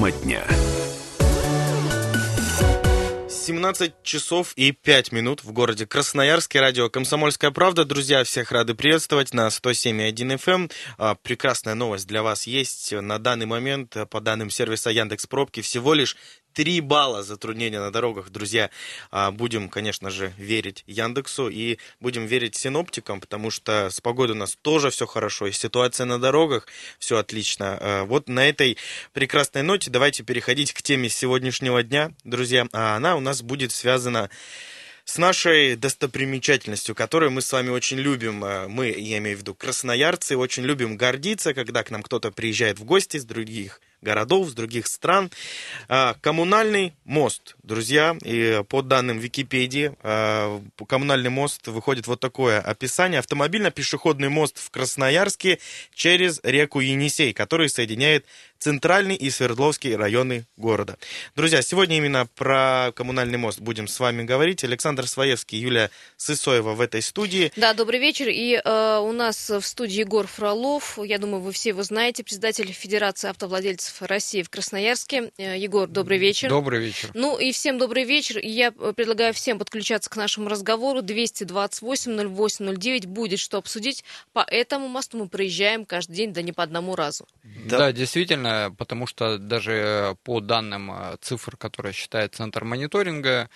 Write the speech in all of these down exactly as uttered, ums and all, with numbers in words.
Тема дня. семнадцать часов и пять минут в городе Красноярске. Радио «Комсомольская правда». Друзья, всех рады приветствовать на сто семь и один эф эм. Прекрасная новость для вас есть. На данный момент, по данным сервиса Яндекс.Пробки, всего лишь три балла затруднения на дорогах. Друзья, будем, конечно же, верить Яндексу и будем верить синоптикам, потому что с погодой у нас тоже все хорошо, и ситуация на дорогах все отлично. Вот на этой прекрасной ноте давайте переходить к теме сегодняшнего дня, друзья. Она у нас будет связана с нашей достопримечательностью, которую мы с вами очень любим. Мы, я имею в виду красноярцы, очень любим гордиться, когда к нам кто-то приезжает в гости с других городов, с других стран. Коммунальный мост, друзья, и по данным Википедии, коммунальный мост выходит вот такое описание. Автомобильно-пешеходный мост в Красноярске через реку Енисей, который соединяет Центральный и Свердловский районы города. Друзья, сегодня именно про коммунальный мост будем с вами говорить. Александр Своевский, Юлия Сысоева в этой студии. Да, добрый вечер. И э, у нас в студии Егор Фролов. Я думаю, вы все его знаете. Председатель Федерации автовладельцев России в Красноярске. Егор, добрый вечер. Добрый вечер. Ну и всем добрый вечер. И я предлагаю всем подключаться к нашему разговору. двести двадцать восемь ноль восемь ноль девять. Будет что обсудить. По этому мосту мы проезжаем каждый день, да не по одному разу. Да, да, действительно, потому что даже по данным цифр, которые считает Центр мониторинга,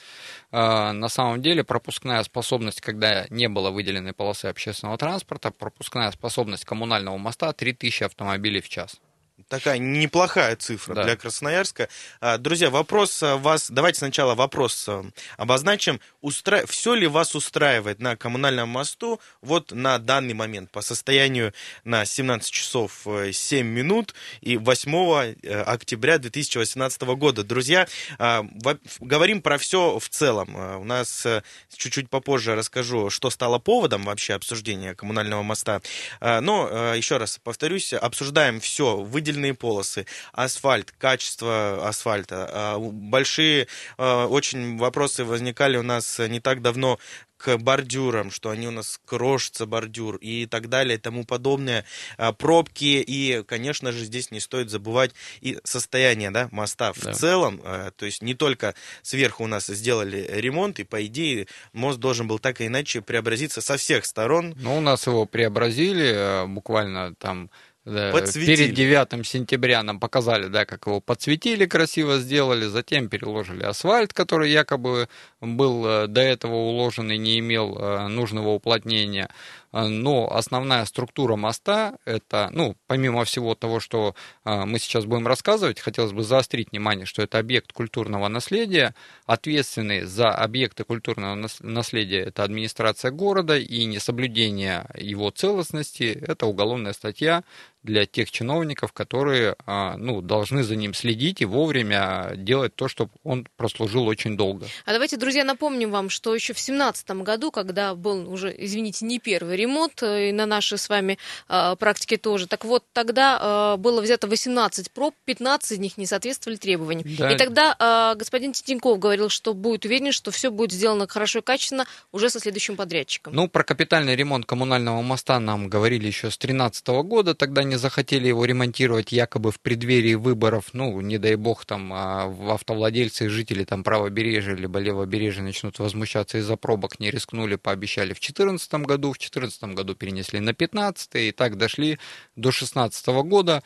на самом деле пропускная способность, когда не было выделенной полосы общественного транспорта, пропускная способность коммунального моста три тысячи автомобилей в час. Такая неплохая цифра, да, для Красноярска. Друзья, вопрос вас, давайте сначала вопрос обозначим. Устра... Все ли вас устраивает на коммунальном мосту вот на данный момент по состоянию на семнадцать часов семь минут и восьмого октября две тысячи восемнадцатого года? Друзья, говорим про все в целом. У нас чуть-чуть попозже расскажу, что стало поводом вообще обсуждения коммунального моста. Но, еще раз повторюсь, обсуждаем все, выделенные полосы, асфальт, качество асфальта. Большие очень вопросы возникали у нас не так давно к бордюрам, что они у нас крошатся, бордюр, и так далее, и тому подобное. Пробки, и, конечно же, здесь не стоит забывать и состояние, да, моста в да. целом. То есть не только сверху у нас сделали ремонт, и, по идее, мост должен был так или иначе преобразиться со всех сторон. Ну, у нас его преобразили буквально там... Да, перед девятым сентября нам показали, да, как его подсветили, красиво сделали, затем переложили асфальт, который якобы был до этого уложен и не имел нужного уплотнения. Но основная структура моста, это, ну, помимо всего того, что мы сейчас будем рассказывать, хотелось бы заострить внимание, что это объект культурного наследия. Ответственный за объекты культурного наследия это администрация города, и несоблюдение его целостности это уголовная статья для тех чиновников, которые, ну, должны за ним следить и вовремя делать то, чтобы он прослужил очень долго. А давайте, друзья, напомним вам, что еще в семнадцатом году, когда был уже, извините, не первый ремонт, и на нашей с вами э, практике тоже, так вот, тогда э, было взято восемнадцать проб, пятнадцать из них не соответствовали требованиям. Да. И тогда э, господин Титенков говорил, что будет уверен, что все будет сделано хорошо и качественно уже со следующим подрядчиком. Ну, про капитальный ремонт коммунального моста нам говорили еще с две тысячи тринадцатого года, тогда не захотели его ремонтировать якобы в преддверии выборов, ну, не дай бог, там, автовладельцы и жители там правобережья либо левобережья начнут возмущаться из-за пробок, не рискнули, пообещали в две тысячи четырнадцатом году, в две тысячи четырнадцатом году перенесли на пятнадцатый, и так дошли до две тысячи шестнадцатого года.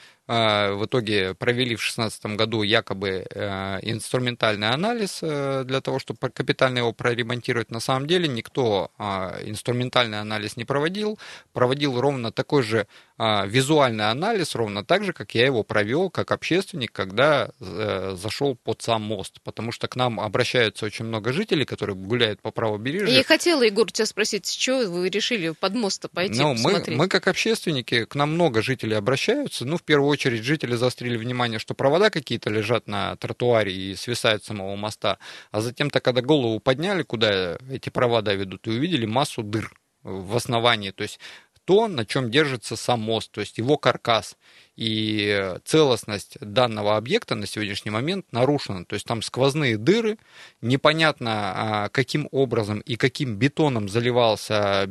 В итоге провели в две тысячи шестнадцатом году якобы инструментальный анализ для того, чтобы капитально его проремонтировать. На самом деле никто инструментальный анализ не проводил. Проводил ровно такой же визуальный анализ, ровно так же, как я его провел как общественник, когда зашел под сам мост. Потому что к нам обращаются очень много жителей, которые гуляют по правобережью. Я хотела, Егор, тебя спросить, с чего вы решили под мост пойти ну, посмотреть? Мы, мы как общественники, к нам много жителей обращаются. Ну, в первую очередь, жители заострили внимание, что провода какие-то лежат на тротуаре и свисают с самого моста. А затем-то, когда голову подняли, куда эти провода ведут, и увидели массу дыр в основании. То есть то, на чем держится сам мост, то есть его каркас. и целостность данного объекта на сегодняшний момент нарушена. То есть там сквозные дыры, непонятно каким образом и каким бетоном заливался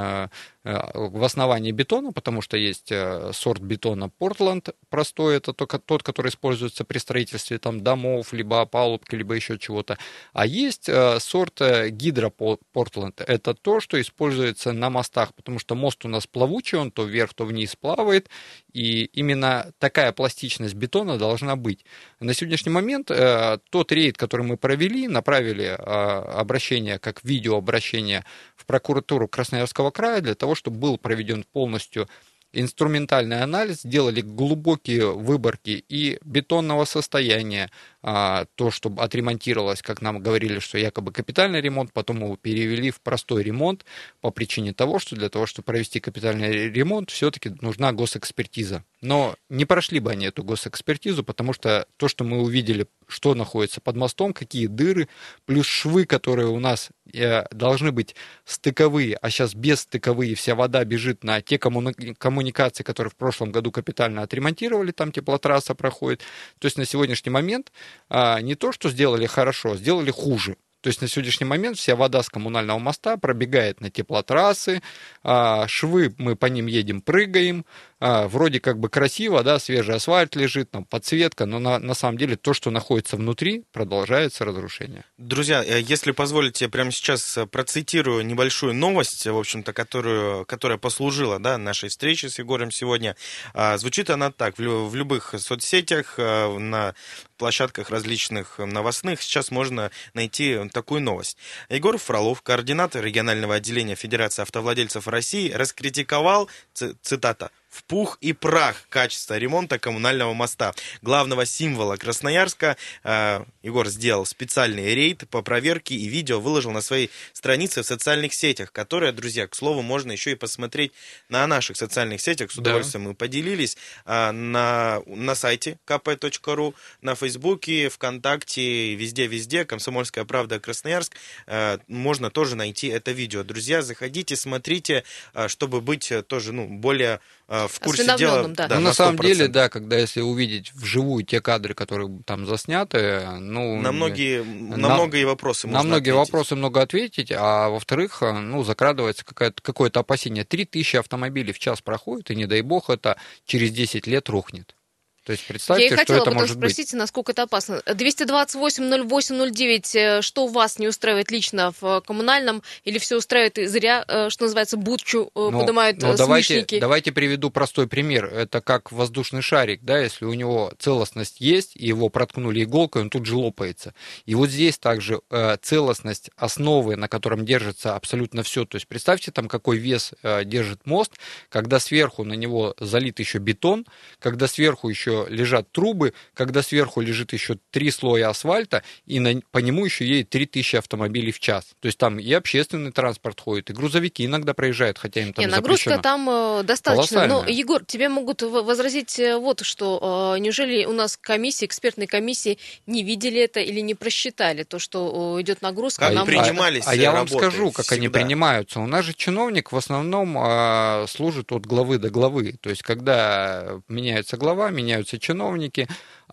в основании бетона, потому что есть сорт бетона Portland простой, это только тот, который используется при строительстве там, домов, либо опалубки, либо еще чего-то. А есть сорт Гидро Portland, это то, что используется на мостах, потому что мост у нас плавучий, он то вверх, то вниз плавает, и именно такая пластичность бетона должна быть. На сегодняшний момент тот рейд, который мы провели, направили обращение, как видеообращение в прокуратуру Красноярского края для того, чтобы был проведен полностью инструментальный анализ, сделали глубокие выборки и бетонного состояния, то, что отремонтировалось, как нам говорили, что якобы капитальный ремонт, потом его перевели в простой ремонт по причине того, что для того, чтобы провести капитальный ремонт, все-таки нужна госэкспертиза. Но не прошли бы они эту госэкспертизу, потому что то, что мы увидели, что находится под мостом, какие дыры, плюс швы, которые у нас должны быть стыковые, а сейчас бесстыковые, вся вода бежит на те коммуни- коммуникации, которые в прошлом году капитально отремонтировали, там теплотрасса проходит. То есть на сегодняшний момент не то, что сделали хорошо, сделали хуже. То есть на сегодняшний момент вся вода с коммунального моста пробегает на теплотрассы, швы, мы по ним едем, прыгаем, вроде как бы красиво, да, свежий асфальт лежит, там подсветка, но на, на самом деле то, что находится внутри, продолжается разрушение. Друзья, если позволите, прямо сейчас процитирую небольшую новость, в общем-то, которую, которая послужила, да, нашей встрече с Егором сегодня. Звучит она так: в любых соцсетях, на площадках различных новостных сейчас можно найти такую новость. Егор Фролов, координатор регионального отделения Федерации автовладельцев России, раскритиковал, цитата, «в пух и прах качество ремонта коммунального моста, главного символа Красноярска». Егор сделал специальный рейд по проверке и видео выложил на своей странице в социальных сетях, которые, друзья, к слову, можно еще и посмотреть на наших социальных сетях. С удовольствием, да, мы поделились на, на сайте ка пэ точка ру, на Фейсбуке, ВКонтакте, везде-везде, «Комсомольская правда Красноярск». Можно тоже найти это видео. Друзья, заходите, смотрите, чтобы быть тоже, ну, более в курсе дела. Да. Да, ну, на, на самом деле, да, когда если увидеть вживую те кадры, которые там засняты, ну... На многие, на, на многие вопросы можно На многие ответить. вопросы много ответить, а во-вторых, ну, закрадывается какое-то опасение. Три тысячи автомобилей в час проходит, и не дай бог это через десять лет рухнет. То есть представьте, Я и что это хотела может быть. спросить, насколько это опасно. двести двадцать восемь ноль восемь ноль девять, что вас не устраивает лично в коммунальном, или все устраивает и зря, что называется, бутчу ну, поднимают ну, давайте, смешники? Давайте приведу простой пример. Это как воздушный шарик, да, если у него целостность есть, и его проткнули иголкой, он тут же лопается. И вот здесь также э, целостность основы, на котором держится абсолютно все. То есть представьте там, какой вес э, держит мост, когда сверху на него залит еще бетон, когда сверху еще лежат трубы, когда сверху лежит еще три слоя асфальта, и на, по нему еще едет три тысячи автомобилей в час. То есть там и общественный транспорт ходит, и грузовики иногда проезжают, хотя им там Не, нагрузка запрещено. там э, достаточно. Колоссальная. Но, Егор, тебе могут возразить вот что. Э, неужели у нас комиссии, экспертные комиссии не видели это или не просчитали то, что э, идет нагрузка? Как нам... принимались А, а я вам работы скажу, как всегда. они принимаются. У нас же чиновник в основном э, служит от главы до главы. То есть когда меняется глава, меняются чиновники,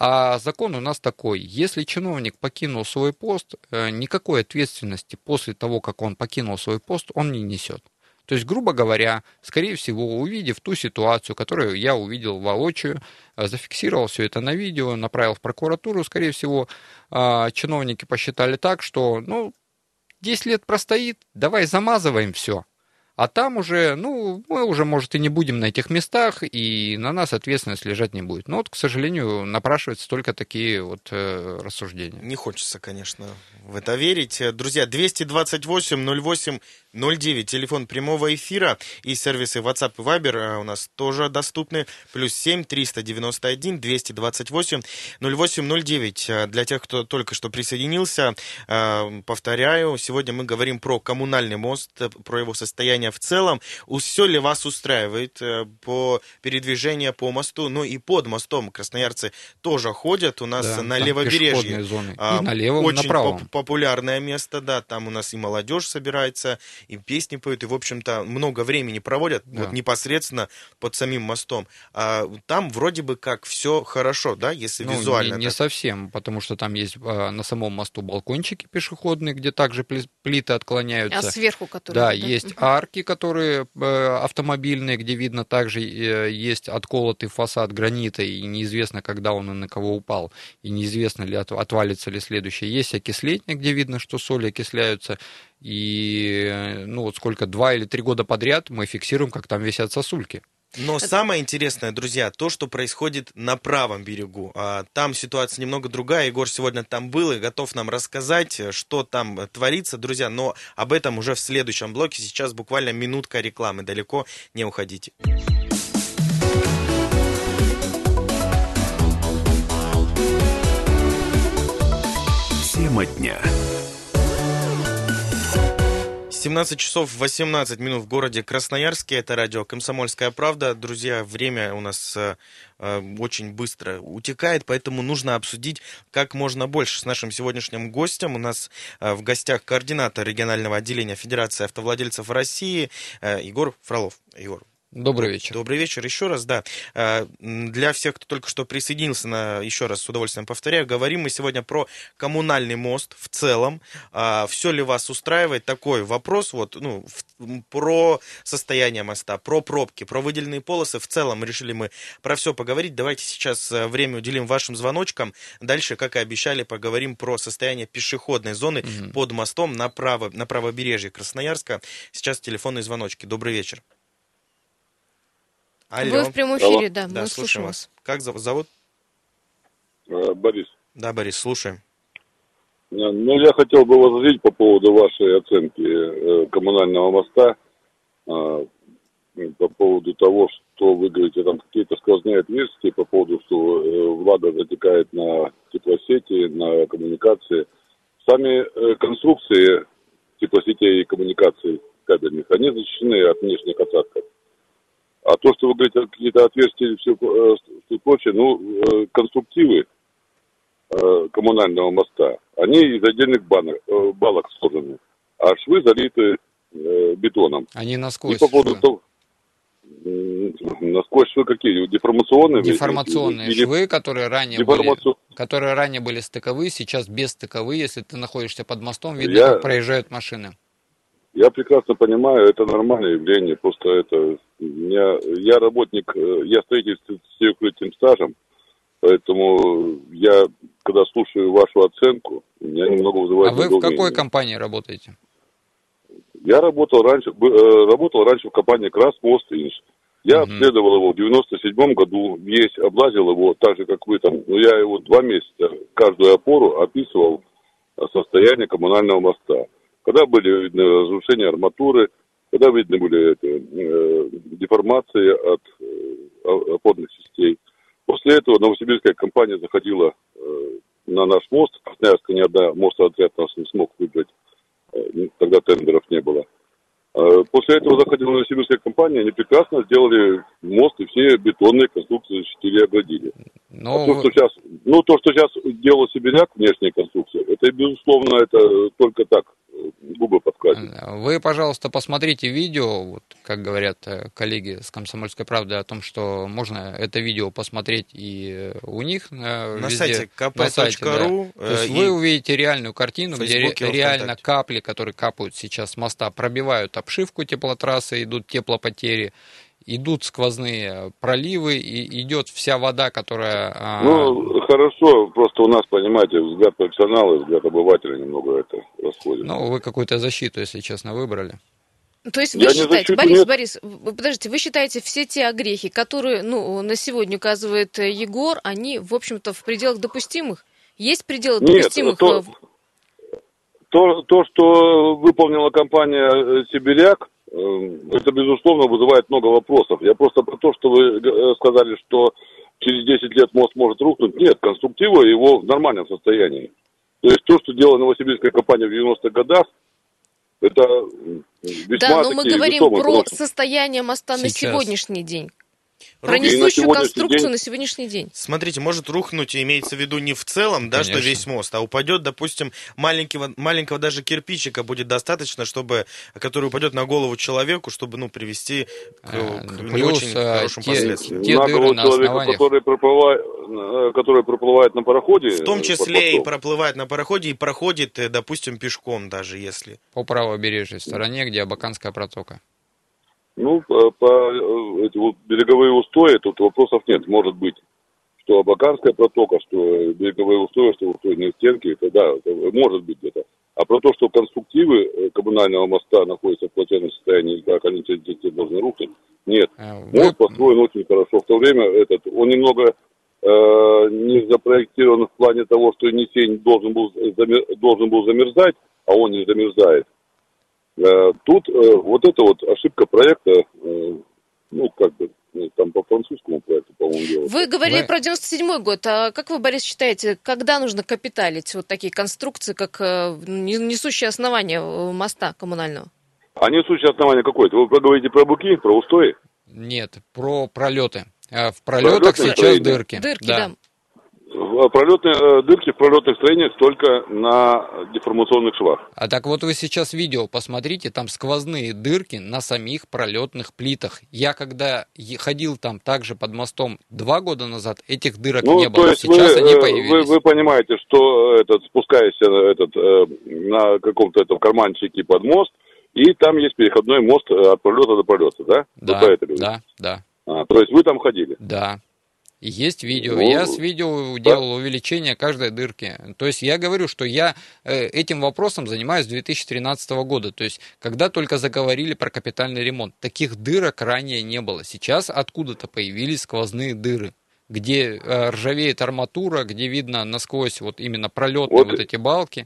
а закон у нас такой: если чиновник покинул свой пост, никакой ответственности после того, как он покинул свой пост, он не несет. То есть, грубо говоря, скорее всего, увидев ту ситуацию, которую я увидел воочию, зафиксировал все это на видео, направил в прокуратуру, скорее всего, чиновники посчитали так, что, ну, десять лет простоит, давай замазываем все. А там уже, ну, мы уже, может, и не будем на этих местах, и на нас ответственность лежать не будет. Но вот, к сожалению, напрашиваются только такие вот э, рассуждения. Не хочется, конечно, в это верить. Друзья, двести двадцать восемь ноль восемь ноль девять, телефон прямого эфира, и сервисы WhatsApp и Viber у нас тоже доступны. Плюс семь триста девяносто один двести двадцать восемь ноль восемь ноль девять. Для тех, кто только что присоединился, повторяю, сегодня мы говорим про коммунальный мост, про его состояние состояние в целом. Все ли вас устраивает по передвижению по мосту? Ну и под мостом красноярцы тоже ходят. У нас Да, на там левобережье зоны. а, И на левом, и очень на правом. поп- популярное место, да, там у нас и молодежь собирается, и песни поют, и, в общем-то, много времени проводят Да. вот непосредственно под самим мостом. А там вроде бы как все хорошо, да, если Ну, визуально. не, не так. совсем, потому что там есть а, на самом мосту балкончики пешеходные, где также пли- плиты отклоняются. А сверху, которые... Да, есть арки, которые э, автомобильные, где видно также э, есть отколотый фасад гранита, и неизвестно, когда он и на кого упал, и неизвестно ли от, отвалится ли следующее. Есть окисление, где видно, что соли окисляются, и э, ну вот сколько, два или три года подряд мы фиксируем, как там висят сосульки. Но самое интересное, друзья, то, что происходит на правом берегу. А, Там ситуация немного другая. Егор сегодня там был и готов нам рассказать, что там творится, друзья. Но об этом уже в следующем блоке. Сейчас буквально минутка рекламы. Далеко не уходите. Тема дня. семнадцать часов восемнадцать минут в городе Красноярске. Это радио «Комсомольская правда». Друзья, время у нас э, очень быстро утекает, поэтому нужно обсудить как можно больше с нашим сегодняшним гостем. У нас э, в гостях координатор регионального отделения Федерации автовладельцев России э, Егор Фролов. Егор. Добрый вечер. Добрый вечер еще раз, да. Для всех, кто только что присоединился, на, еще раз с удовольствием повторяю, говорим мы сегодня про коммунальный мост в целом. Все ли вас устраивает? Такой вопрос вот, ну, про состояние моста, про пробки, про выделенные полосы. В целом решили мы про все поговорить. Давайте сейчас время уделим вашим звоночкам. Дальше, как и обещали, поговорим про состояние пешеходной зоны угу. под мостом на, право, на правобережье Красноярска. Сейчас телефонные звоночки. Добрый вечер. Алло. Вы в прямом эфире, Алло. да, да, мы слушаем слушаем вас. Как зовут? Борис. Да, Борис, слушаем. Ну, я хотел бы возразить по поводу вашей оценки коммунального моста, по поводу того, что вы говорите, там какие-то сквозные отверстия, по поводу, что влага затекает на теплосети, на коммуникации. Сами конструкции теплосетей и коммуникаций кабельных, они защищены от внешних осадков. А то, что вы говорите, какие-то отверстия и все, все прочее, ну, конструктивы коммунального моста, они из отдельных банок, балок сложены, а швы залиты бетоном. Они насквозь и по поводу швы. Того, насквозь швы какие? Деформационные? Деформационные или, швы, которые ранее, деформацию... были, которые ранее были стыковые, сейчас бесстыковые. Если ты находишься под мостом, видно, Я... как проезжают машины. Я прекрасно понимаю, это нормальное явление, просто это, я, я работник, я строитель с всеукрытием стажем, поэтому я, когда слушаю вашу оценку, меня немного вызывает А вы недоумение. в какой компании работаете? Я работал раньше, работал раньше в компании «Красмостинж». Я угу. обследовал его в девяносто седьмом году, весь облазил его, так же, как вы там, но я его два месяца, каждую опору описывал состояние коммунального моста. Когда были видны разрушения арматуры, когда видны были это, э, деформации от э, опорных частей. После этого новосибирская компания заходила э, на наш мост. Красноярска ни одна мостотряд нас не смог выбрать. Э, тогда тендеров не было. Э, после этого заходила новосибирская компания. Они прекрасно сделали мост и все бетонные конструкции защитили и оградили. Но... А то, что сейчас, ну, то, что сейчас делал Сибиряк, внешние конструкции, это, безусловно, это только так. Губы подкатить. Вы, пожалуйста, посмотрите видео, вот, как говорят коллеги с «Комсомольской правды», о том, что можно это видео посмотреть и у них на везде, сайте ка пэ на сайте точка ру. Да. То есть вы увидите реальную картину, где реально ВКонтакте. Капли, которые капают сейчас с моста, пробивают обшивку теплотрассы, идут теплопотери, идут сквозные проливы, и идет вся вода, которая... Ну, хорошо, просто у нас, понимаете, взгляд профессионала и взгляд обывателя немного это расходится. Ну, вы какую-то защиту, если честно, выбрали. То есть вы Я считаете, защиту, Борис, нет. Борис, вы, подождите, вы считаете все те огрехи, которые, ну, на сегодня указывает Егор, они, в общем-то, в пределах допустимых? Есть пределы Нет, допустимых? то, то, то, что выполнила компания «Сибиряк», это, безусловно, вызывает много вопросов. Я просто про то, что вы сказали, что через десять лет мост может рухнуть. Нет, конструктива его в нормальном состоянии. То есть то, что делала новосибирская компания в девяностых годах, Это весьма Да, но мы такие говорим весомые, про потому что- состояние моста на Сейчас. сегодняшний день. Про Рухнет. И на несущую сегодняшний конструкцию день- на сегодняшний день. Смотрите, может рухнуть, и имеется в виду не в целом, да, что Конечно. весь мост, а упадет, допустим, маленького, маленького даже кирпичика будет достаточно, чтобы, который упадет на голову человеку, чтобы, ну, привести к, А, к ну, не плюс, очень а, хорошим те- последствиям. те на дыры голову на человека, основаниях. который проплывает, э, который проплывает на пароходе. В том э, числе под и мостом. проплывает на пароходе, и проходит, э, допустим, пешком даже, если. По правобережной стороне, где Абаканская протока. Ну, по, по э, эти вот береговые устои тут вопросов нет. Может быть, что Абаканская протока, что береговые устои, что устойные стенки, это да, это может быть где-то. А про то, что конструктивы э, коммунального моста находятся в плачевном состоянии, и как они теперь должны рухнуть, нет. А, вы- Мост построен очень хорошо. В то время этот, он немного э, не запроектирован в плане того, что Енисей должен был, замер, должен был замерзать, а он не замерзает. Э, тут э, вот это вот ошибка проекта, э, ну, как бы, э, там по французскому проекту, по-моему, делается. Вы говорили Вы- про девяносто седьмой год. А как вы, Борис, считаете, когда нужно капиталить вот такие конструкции, как э, не- несущие основания э, моста коммунального? А несущее основание какое-то? Вы говорите про буки, про устои? Нет, про пролеты. А В пролетах Пролетные сейчас строения. дырки. Дырки, да. В- Пролетные э, дырки в пролетных строениях только на деформационных швах. А так вот вы сейчас видео посмотрите, там сквозные дырки на самих пролетных плитах. Я когда е- ходил там также под мостом два года назад, этих дырок Ну, не то было. есть вы, Сейчас они э, вы, появились. вы понимаете, что этот, спускаешься этот, э, на каком-то этом карманчике под мост, и там есть переходной мост э, от пролета до пролета, да? Да, Вы про это говорите? да, да, А, то есть вы там ходили? да. И есть видео. Ну, Я с видео делал увеличение каждой дырки. То есть я говорю, что я э, этим вопросом занимаюсь с две тысячи тринадцатого года. То есть когда только заговорили про капитальный ремонт, таких дырок ранее не было. Сейчас откуда-то появились сквозные дыры, где э, ржавеет арматура, где видно насквозь вот именно пролетные Вот вот, и- эти балки.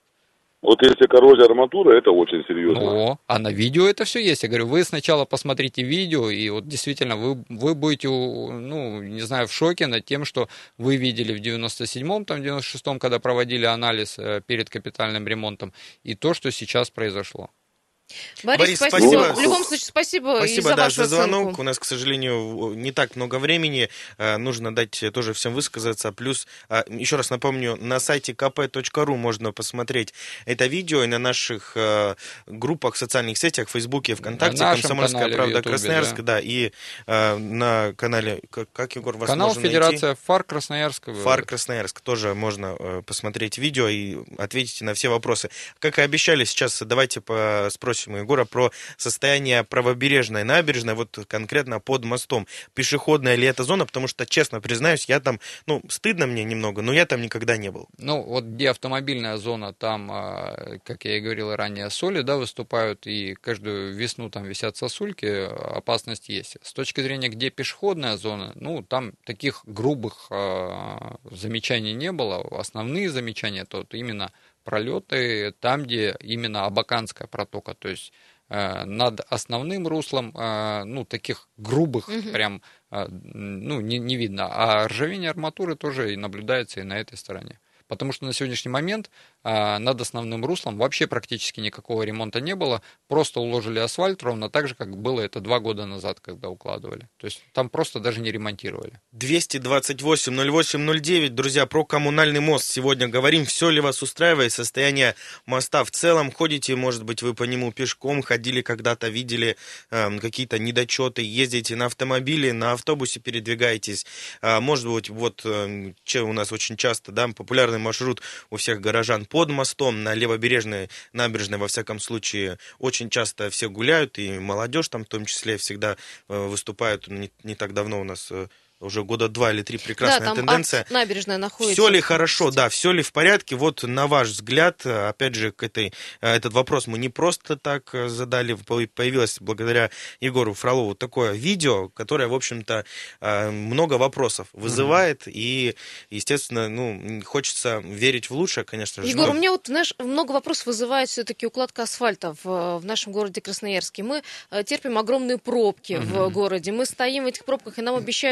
Вот если коррозия арматуры, это очень серьезно. Но, а на видео это все есть. Я говорю, вы сначала посмотрите видео, и вот действительно вы, вы будете, ну, не знаю, в шоке над тем, что вы видели в девяносто седьмом, там, девяносто шестом, когда проводили анализ э, перед капитальным ремонтом, и то, что сейчас произошло. Борис, Борис, спасибо. спасибо. В любом случае, спасибо, и Спасибо, за да, вашу за звонок. оценку. У нас, к сожалению, не так много времени. Э, Нужно дать тоже всем высказаться. Плюс, э, еще раз напомню, на сайте ка пэ точка ру можно посмотреть это видео, и на наших э, группах в социальных сетях, в Фейсбуке, ВКонтакте, На нашем «Комсомольская канале в правда» Ютубе, Красноярск, да. да, и э, на канале, как, как, Егор, вас Канал можно найти? Федерация ФАР Красноярск. ФАР Красноярск. Тоже можно э, посмотреть видео и ответить на все вопросы. Как и обещали, сейчас давайте по- спросим у Егора про состояние правобережной набережной, вот конкретно под мостом. Пешеходная ли это зона? Потому что, честно признаюсь, я там, ну, стыдно мне немного, но я там никогда не был. Ну, вот где автомобильная зона, там, а, как я и говорил ранее, соли, да, выступают, и каждую весну там висят сосульки, опасность есть. С точки зрения, где пешеходная зона, ну, там таких грубых а, замечаний не было. Основные замечания, то вот именно пролеты там, где именно Абаканская протока, то есть э, над основным руслом, э, ну, таких грубых Мгм. прям, э, ну, не, не видно. А ржавение арматуры тоже и наблюдается и на этой стороне. Потому что на сегодняшний момент а, над основным руслом вообще практически никакого ремонта не было. Просто уложили асфальт ровно так же, как было это два года назад, когда укладывали. То есть там просто даже не ремонтировали. двести двадцать восемь ноль восемь ноль девять. Друзья, про коммунальный мост сегодня говорим. Все ли вас устраивает? Состояние моста в целом? Ходите, может быть, вы по нему пешком, ходили когда-то, видели э, какие-то недочеты, ездите на автомобиле, на автобусе передвигаетесь. А, может быть, вот э, че у нас очень часто, да, популярный маршрут у всех горожан под мостом, на левобережной набережной, во всяком случае, очень часто все гуляют, и молодежь там в том числе всегда э, выступают. Не, не так давно у нас... э, уже года два или три прекрасная Да, там тенденция. арт набережная находится. Все ли хорошо, да, все ли в порядке? Вот на ваш взгляд, опять же, к этой, этот вопрос мы не просто так задали, появилось благодаря Егору Фролову такое видео, которое, в общем-то, много вопросов вызывает, mm-hmm. и, естественно, ну, хочется верить в лучшее, конечно же. Егор, но... у меня вот, знаешь, много вопросов вызывает все-таки укладка асфальта в, в нашем городе Красноярске. Мы терпим огромные пробки mm-hmm. в городе, мы стоим в этих пробках, и нам обещают, что вот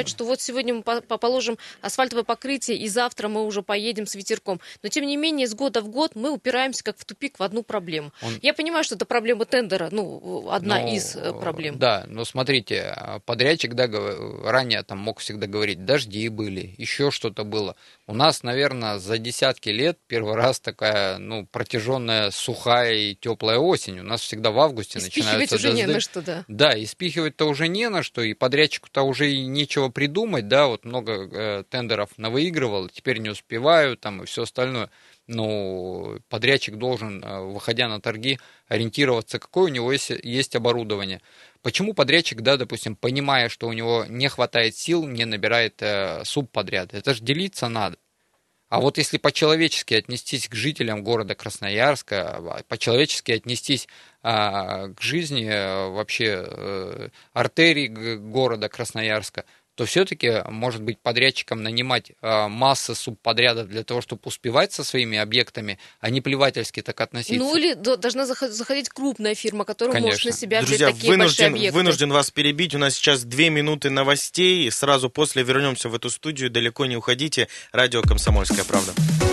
сегодня мы положим асфальтовое покрытие, и завтра мы уже поедем с ветерком. Но, тем не менее, с года в год мы упираемся как в тупик в одну проблему. Он... Я понимаю, что это проблема тендера, ну, одна ну, из проблем. Да, но смотрите, подрядчик, да, ранее там мог всегда говорить, дожди были, еще что-то было. У нас, наверное, за десятки лет первый раз такая, ну, протяженная, сухая и теплая осень. У нас всегда в августе и начинаются уже дожди. Не на что, да. Да, и спихивать-то уже не на что, и подрядчику-то уже и нечего придумать, да, вот много э, тендеров навыигрывал, теперь не успеваю, там, и все остальное. Но подрядчик должен, выходя на торги, ориентироваться, какое у него есть, есть оборудование. Почему подрядчик, да, допустим, понимая, что у него не хватает сил, не набирает э, субподряд? Это же делиться надо. А вот если по-человечески отнестись к жителям города Красноярска, по-человечески отнестись а, к жизни а, вообще а, артерий города Красноярска, то все-таки, может быть, подрядчикам нанимать а, массы субподрядов для того, чтобы успевать со своими объектами, а не плевательски так относиться. Ну или должна заходить крупная фирма, которая Конечно. может на себя взять Друзья, такие вынужден, большие объекты. вынужден вас перебить. У нас сейчас две минуты новостей. Сразу после вернемся в эту студию. Далеко не уходите. Радио «Комсомольская правда».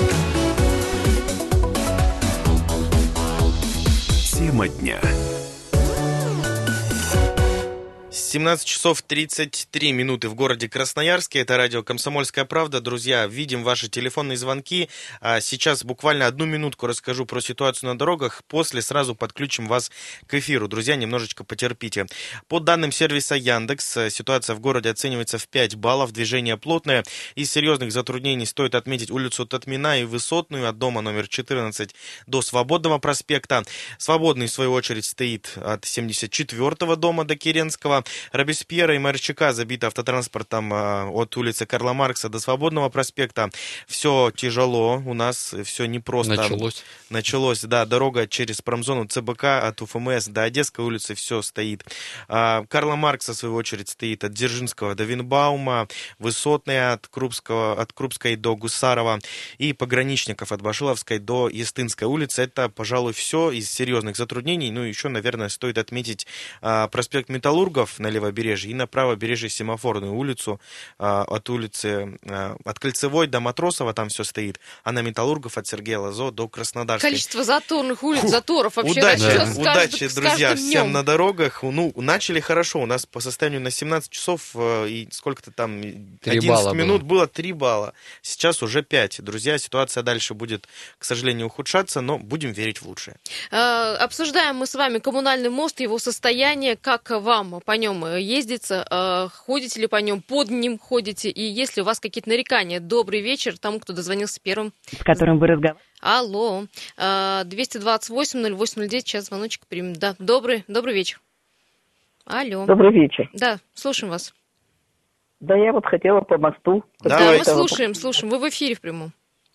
Тема дня. семнадцать часов тридцать три минуты в городе Красноярске. Это радио «Комсомольская правда». Друзья, видим ваши телефонные звонки. Сейчас буквально одну минутку расскажу про ситуацию на дорогах. После сразу подключим вас к эфиру. Друзья, немножечко потерпите. По данным сервиса Яндекс, ситуация в городе оценивается в пять баллов. Движение плотное. Из серьезных затруднений стоит отметить улицу Татмина и Высотную от дома номер четырнадцать до Свободного проспекта. Свободный, в свою очередь, стоит от семьдесят четвёртого дома до Керенского. Робеспьера и Марчака забито автотранспортом от улицы Карла Маркса до Свободного проспекта. Все тяжело у нас, все непросто. Началось. Началось, да, дорога через промзону ЦБК от УФМС до Одесской улицы, все стоит. Карла Маркса, в свою очередь, стоит от Дзержинского до Винбаума, Высотная от, Крупского, от Крупской до Гусарова и пограничников от Башиловской до Естинской улицы. Это, пожалуй, все из серьезных затруднений. Ну, еще, наверное, стоит отметить проспект Металлургов на левобережье и на правобережье Семафорную улицу, от улицы, от Кольцевой до Матросова там все стоит, а на Металлургов от Сергея Лазо до Краснодарской. Количество заторных улиц, Фух, заторов вообще удачи, растет да. Удачи, каждый, друзья, всем днем. На дорогах. Ну, начали хорошо, у нас по состоянию на семнадцать часов и сколько-то там, одиннадцать минут было три балла, сейчас уже пять. Друзья, ситуация дальше будет, к сожалению, ухудшаться, но будем верить в лучшее. Обсуждаем мы с вами коммунальный мост, его состояние, как вам по нем ездится, ходите ли по нем, под ним ходите, и есть ли у вас какие-то нарекания. Добрый вечер тому, кто дозвонился первым. С которым вы разговариваете. Алло, двести двадцать восемь ноль восемь ноль девять, сейчас звоночек примем. Да, добрый, добрый вечер. Алло. Добрый вечер. Да, слушаем вас. Да, я вот хотела по мосту. Да, мы слушаем, слушаем. Вы в эфире в прямом.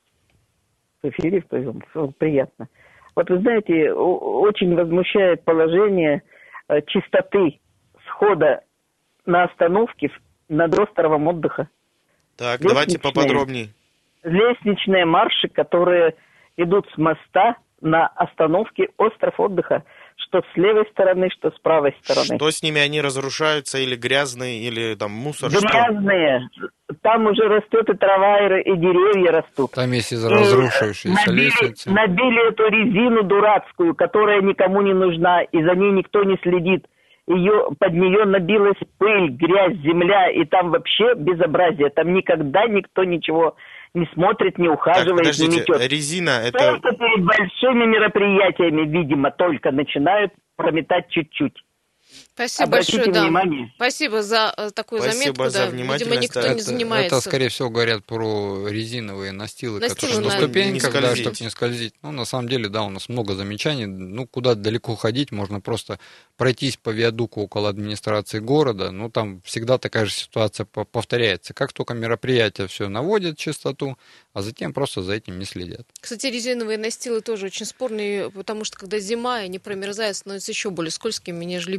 В эфире в прямом, приятно. Вот вы знаете, очень возмущает положение чистоты схода на остановке над островом отдыха. Так, давайте поподробнее. Лестничные марши, которые идут с моста на остановке остров отдыха, что с левой стороны, что с правой стороны. Что с ними, они разрушаются или грязные, или там мусор? Грязные. Что? Там уже растет и трава, и деревья растут. Там есть из разрушившейся лестницы. Набили эту резину дурацкую, которая никому не нужна, и за ней никто не следит. Ее, под нее набилась пыль, грязь, земля, и там вообще безобразие. Там никогда никто ничего не смотрит, не ухаживает, так, подождите, не метет. Резина это... Только перед большими мероприятиями, видимо, только начинают прометать чуть-чуть. Спасибо Обратите большое, да. внимание. Спасибо за э, такую Спасибо заметку. за Да. внимательность. Видимо, никто это, не занимается. Это, скорее всего, говорят про резиновые настилы, Настилы которые на на... ступеньках, не да, чтобы не скользить. Ну, на самом деле, да, у нас много замечаний. Ну, куда далеко ходить, можно просто пройтись по виадуку около администрации города. Ну, там всегда такая же ситуация повторяется. Как только мероприятие все наводит чистоту, а затем просто за этим не следят. Кстати, резиновые настилы тоже очень спорные, потому что когда зима, они промерзают, становятся еще более скользкими, нежели бездны. Но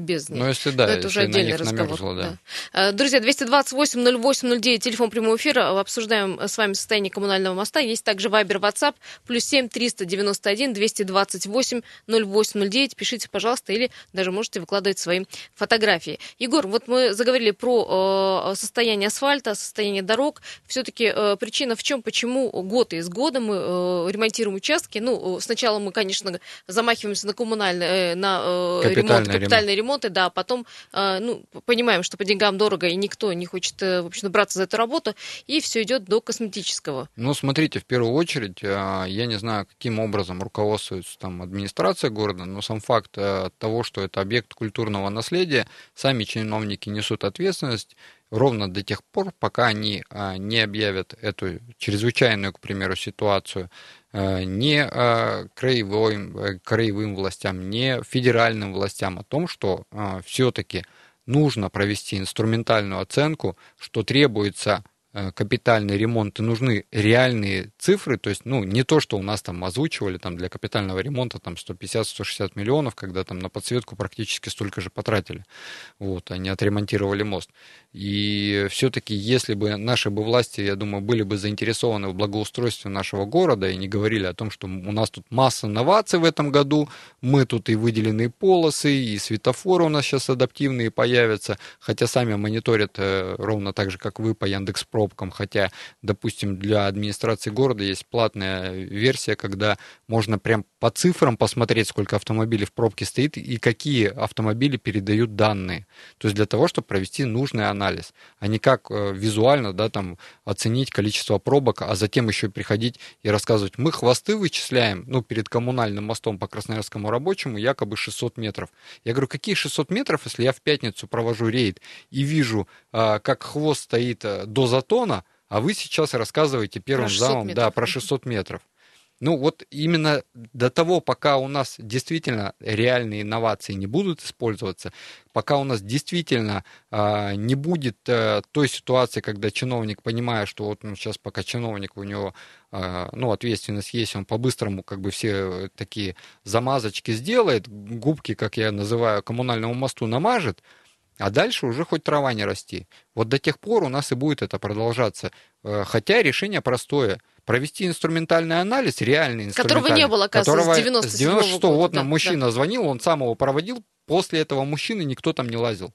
Ну, если да, Но это уже если на отдельный них разговор. намерзло, да. Друзья, двести двадцать восемь ноль восемь ноль девять, телефон прямого эфира. Обсуждаем с вами состояние коммунального моста. Есть также Вайбер, WhatsApp, плюс семь триста девяносто один двести двадцать восемь ноль восемь ноль девять. Пишите, пожалуйста, или даже можете выкладывать свои фотографии. Егор, вот мы заговорили про э, состояние асфальта, состояние дорог. Все-таки э, причина в чем, почему год из года мы э, ремонтируем участки? Ну, сначала мы, конечно, замахиваемся на коммунальные, э, на э, ремонт, капитальные ремонт. ремонты, да, потом, э, ну, понимаем, что по деньгам дорого, и никто не хочет, э, в общем, браться за эту работу, и все идет до косметического. Ну, смотрите, в первую очередь, э, я не знаю, каким образом руководствуется там администрация города, но сам факт э, того, что это объект культурного наследия, сами чиновники несут ответственность ровно до тех пор, пока они э, не объявят эту чрезвычайную, к примеру, ситуацию не краевым, краевым властям, не федеральным властям о том, что все-таки нужно провести инструментальную оценку, что требуется капитальный ремонт и нужны реальные цифры, то есть, ну, не то, что у нас там озвучивали там, для капитального ремонта там сто пятьдесят - сто шестьдесят миллионов, когда там на подсветку практически столько же потратили, вот, они отремонтировали мост. И все-таки, если бы наши бы власти, я думаю, были бы заинтересованы в благоустройстве нашего города и не говорили о том, что у нас тут масса новаций в этом году, мы тут и выделенные полосы, и светофоры у нас сейчас адаптивные появятся, хотя сами мониторят ровно так же, как вы, по Яндекс.Про, хотя, допустим, для администрации города есть платная версия, когда можно прям по цифрам посмотреть, сколько автомобилей в пробке стоит и какие автомобили передают данные. То есть для того, чтобы провести нужный анализ, а не как визуально, да, там, оценить количество пробок, а затем еще приходить и рассказывать, мы хвосты вычисляем, ну, перед коммунальным мостом по Красноярскому рабочему якобы шестьсот метров. Я говорю, какие шестьсот метров, если я в пятницу провожу рейд и вижу, как хвост стоит до затона, а вы сейчас рассказываете первым залом, да, про шестьсот метров. Ну вот именно до того, пока у нас действительно реальные инновации не будут использоваться, пока у нас действительно э, не будет э, той ситуации, когда чиновник, понимая, что вот ну, сейчас пока чиновник, у него э, ну, ответственность есть, он по-быстрому как бы все такие замазочки сделает, губки, как я называю, коммунальному мосту намажет, а дальше уже хоть трава не расти. Вот до тех пор у нас и будет это продолжаться. Хотя решение простое. Провести инструментальный анализ, реальный инструментальный. Которого не было, оказывается, с девяносто седьмого года. С девяносто шестого вот нам да, мужчина да. звонил, он сам его проводил. После этого мужчины никто там не лазил.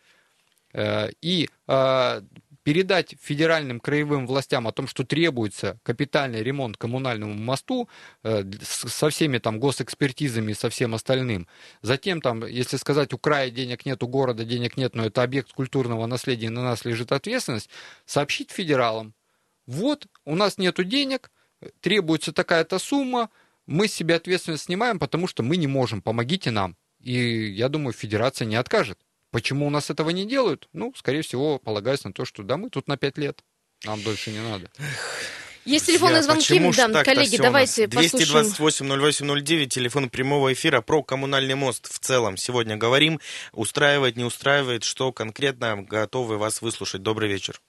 И передать федеральным краевым властям о том, что требуется капитальный ремонт коммунальному мосту э, со всеми там госэкспертизами и со всем остальным. Затем там, если сказать, у края денег нет, у города денег нет, но это объект культурного наследия, на нас лежит ответственность, сообщить федералам. Вот, у нас нету денег, требуется такая-то сумма, мы с себя ответственность снимаем, потому что мы не можем, помогите нам. И я думаю, федерация не откажет. Почему у нас этого не делают? Ну, скорее всего, полагаясь на то, что да, мы тут на пять лет, нам дольше не надо. Есть телефонные звонки, да, коллеги, давайте послушаем. двести двадцать восемь ноль восемь ноль девять, телефон прямого эфира, про коммунальный мост в целом сегодня говорим. Устраивает, не устраивает, что конкретно, готовы вас выслушать. Добрый вечер.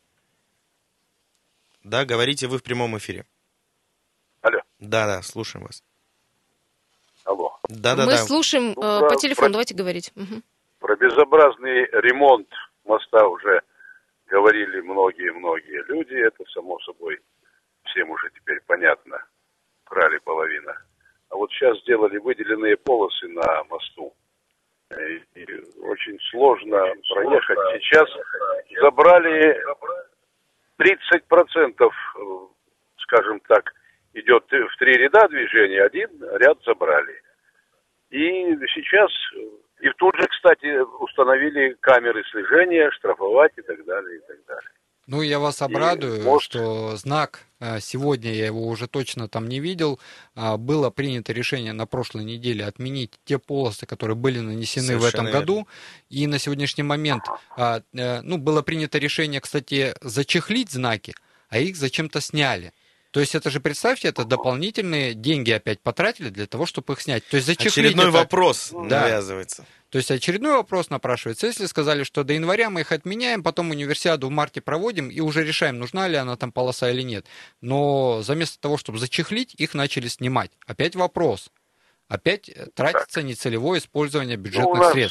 Да, говорите, вы в прямом эфире. Алло. Да-да, слушаем вас. Алло. Да-да-да. Мы слушаем ну, э, по телефону, про... давайте говорить. Угу. Про безобразный ремонт моста уже говорили многие-многие люди. Это, само собой, всем уже теперь понятно. Крали половина. А вот сейчас сделали выделенные полосы на мосту. И, и очень сложно проехать. Сейчас забрали тридцать процентов, скажем так, идет в три ряда движения, один ряд забрали. И сейчас... И тут же, кстати, установили камеры слежения, штрафовать и так далее, и так далее. Ну, я вас обрадую, мост... что знак, сегодня я его уже точно там не видел, было принято решение на прошлой неделе отменить те полосы, которые были нанесены Совершенно в этом верно. году. И на сегодняшний момент, ага. ну, было принято решение, кстати, зачехлить знаки, а их зачем-то сняли. То есть это же, представьте, это дополнительные деньги опять потратили для того, чтобы их снять. То есть зачехлить очередной это... вопрос да. навязывается. То есть очередной вопрос напрашивается. Если сказали, что до января мы их отменяем, потом универсиаду в марте проводим и уже решаем, нужна ли она там полоса или нет. Но вместо того, чтобы зачехлить, их начали снимать. Опять вопрос. Опять тратится нецелевое использование бюджетных ну, у нас, средств.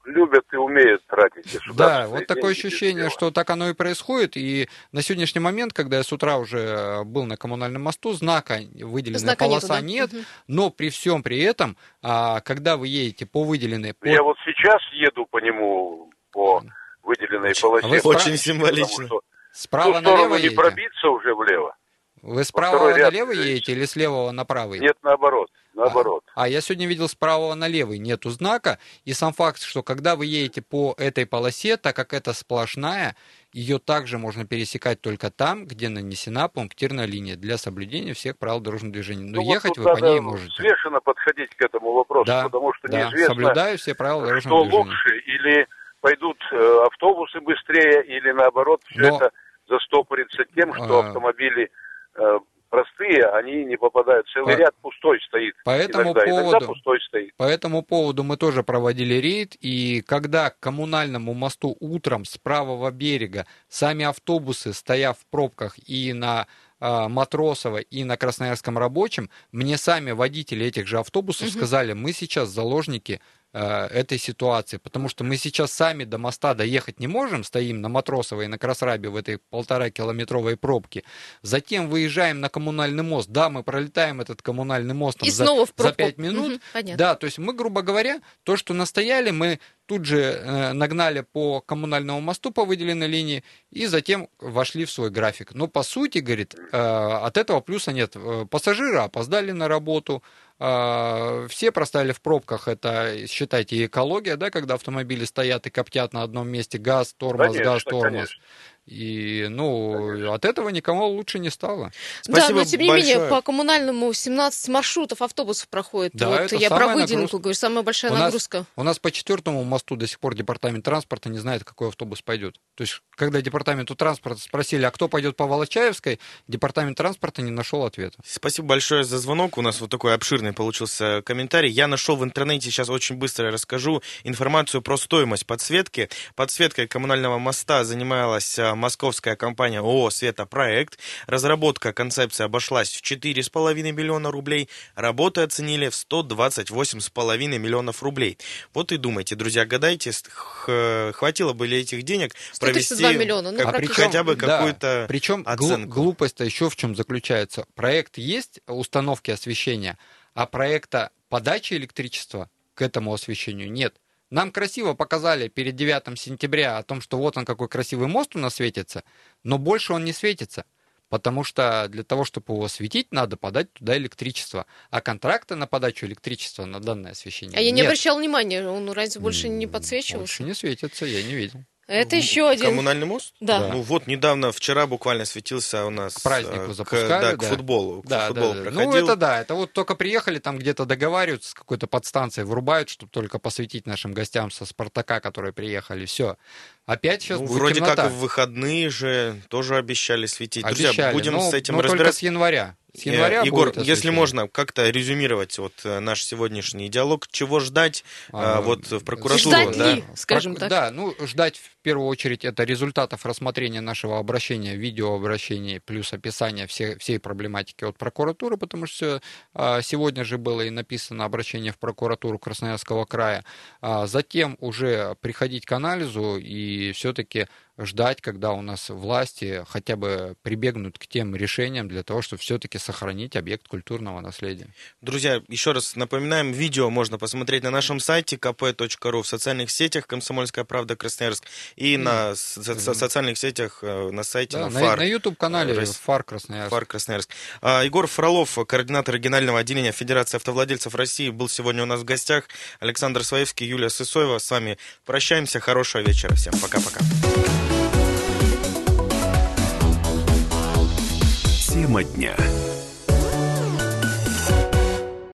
любят и умеют тратить государственные Да, вот деньги такое без ощущение, дела. что так оно и происходит. И на сегодняшний момент, когда я с утра уже был на коммунальном мосту, знака, выделенная Знака нету, полоса да? нет, Мгм. но при всем при этом, а, когда вы едете по выделенной... по- Я вот сейчас еду по нему, по выделенной Очень- полосе. а вы спра- Очень символично. Потому что в Справа ту сторону налево не едете? пробиться уже влево. Вы второй справа ряд налево едете. едете или с левого направо? Нет, наоборот. Наоборот. А, а я сегодня видел справа налево нету знака, и сам факт, что когда вы едете по этой полосе, так как это сплошная, ее также можно пересекать только там, где нанесена пунктирная линия для соблюдения всех правил дорожного движения. Но Ну, вот ехать тут вы по надо ней можете. взвешенно подходить к этому вопросу, Да, потому что да, неизвестно, соблюдаю все правила что дорожного движения. лучше, или пойдут э, автобусы быстрее, или наоборот, все Но- это застопорится тем, что А. автомобили э, простые, они не попадают. Целый По- ряд пустой стоит. По этому иногда, иногда поводу- пустой стоит. По этому поводу мы тоже проводили рейд, и когда к коммунальному мосту утром с правого берега сами автобусы, стоя в пробках и на а, Матросова, и на Красноярском рабочем, мне сами водители этих же автобусов Мгм. сказали, мы сейчас заложники а, этой ситуации, потому что мы сейчас сами до моста доехать не можем, стоим на Матросова и на Красрабе в этой полтора километровой пробке, затем выезжаем на коммунальный мост, да, мы пролетаем этот коммунальный мост там, И за, снова в за пробку. пять минут, Мгм, понятно. да, то есть мы, грубо говоря, то, что настояли, мы тут же э, нагнали по коммунальному мосту по выделенной линии и затем вошли в свой график. Но по сути, говорит, э, от этого плюса нет. Э, Пассажиры опоздали на работу, э, все простояли в пробках, это, считайте, экология, да, когда автомобили стоят и коптят на одном месте, газ, тормоз, Конечно, газ, тормоз. конечно. И, ну, от этого никому лучше не стало. Спасибо да, но тем не менее, большое. по коммунальному семнадцать маршрутов автобусов проходит. Да, вот это я про самая выделенку нагрузка. говорю, самая большая У нас- нагрузка. У нас по четвертому мосту до сих пор департамент транспорта не знает, какой автобус пойдет. То есть, когда департаменту транспорта спросили, а кто пойдет по Волочаевской, департамент транспорта не нашел ответа. Спасибо большое за звонок. У нас вот такой обширный получился комментарий. Я нашел в интернете, сейчас очень быстро расскажу, информацию про стоимость подсветки. Подсветкой коммунального моста занималась а, московская компания ООО «Светопроект». Разработка концепции обошлась в четыре с половиной миллиона рублей. Работы оценили в сто двадцать восемь с половиной миллионов рублей. Вот и думайте, друзья, гадайте, с- х- хватило бы ли этих денег сто тридцать два миллиона, ну, как- практически. хотя бы Да, какую-то причем глу- оценку. глупость-то еще в чем заключается. Проект есть установки освещения, а проекта подачи электричества к этому освещению нет. Нам красиво показали перед девятым сентября о том, что вот он какой красивый мост у нас светится, но больше он не светится. Потому что для того, чтобы его осветить, надо подать туда электричество. А контракта на подачу электричества на данное освещение А я не нет. обращал внимания, он разве больше не М, подсвечивался? Больше не светится, я не видел. Это еще один. Коммунальный мост? Да. Ну вот, недавно, вчера буквально светился у нас... К празднику э, запускали, да, к да. футболу. К Да, футболу да, да. проходил. Ну, это да, это вот только приехали, там где-то договариваются с какой-то подстанцией, врубают, чтобы только посветить нашим гостям со «Спартака», которые приехали. Все. Опять сейчас Ну, будет вроде темнота. как и в выходные же тоже обещали светить. Друзья, Обещали, будем но- с этим но только разбираться. с января. С Э, января Егор, будет если освещение. можно как-то резюмировать вот э, наш сегодняшний диалог, чего ждать А, а, вот в прокуратуру? Ждать да? ли, скажем Прок- так. Да, ну, ждать в первую очередь это результатов рассмотрения нашего обращения, видеообращения, плюс описания всей, всей проблематики от прокуратуры, потому что а, сегодня же было и написано обращение в прокуратуру Красноярского края. А затем уже приходить к анализу и все-таки ждать, когда у нас власти хотя бы прибегнут к тем решениям для того, чтобы все-таки сохранить объект культурного наследия. Друзья, еще раз напоминаем, видео можно посмотреть на нашем сайте ка пэ точка ру, в социальных сетях «Комсомольская правда Красноярск» и на со- со- социальных сетях э, на сайте Да, на на, ФАР. на YouTube-канале Рос- ФАР Красноярск. ФАР Красноярск. А, Егор Фролов, координатор регионального отделения Федерации автовладельцев России, был сегодня у нас в гостях. Александр Своевский, Юлия Сысоева. С вами прощаемся. Хорошего вечера всем. Пока-пока. Тема дня.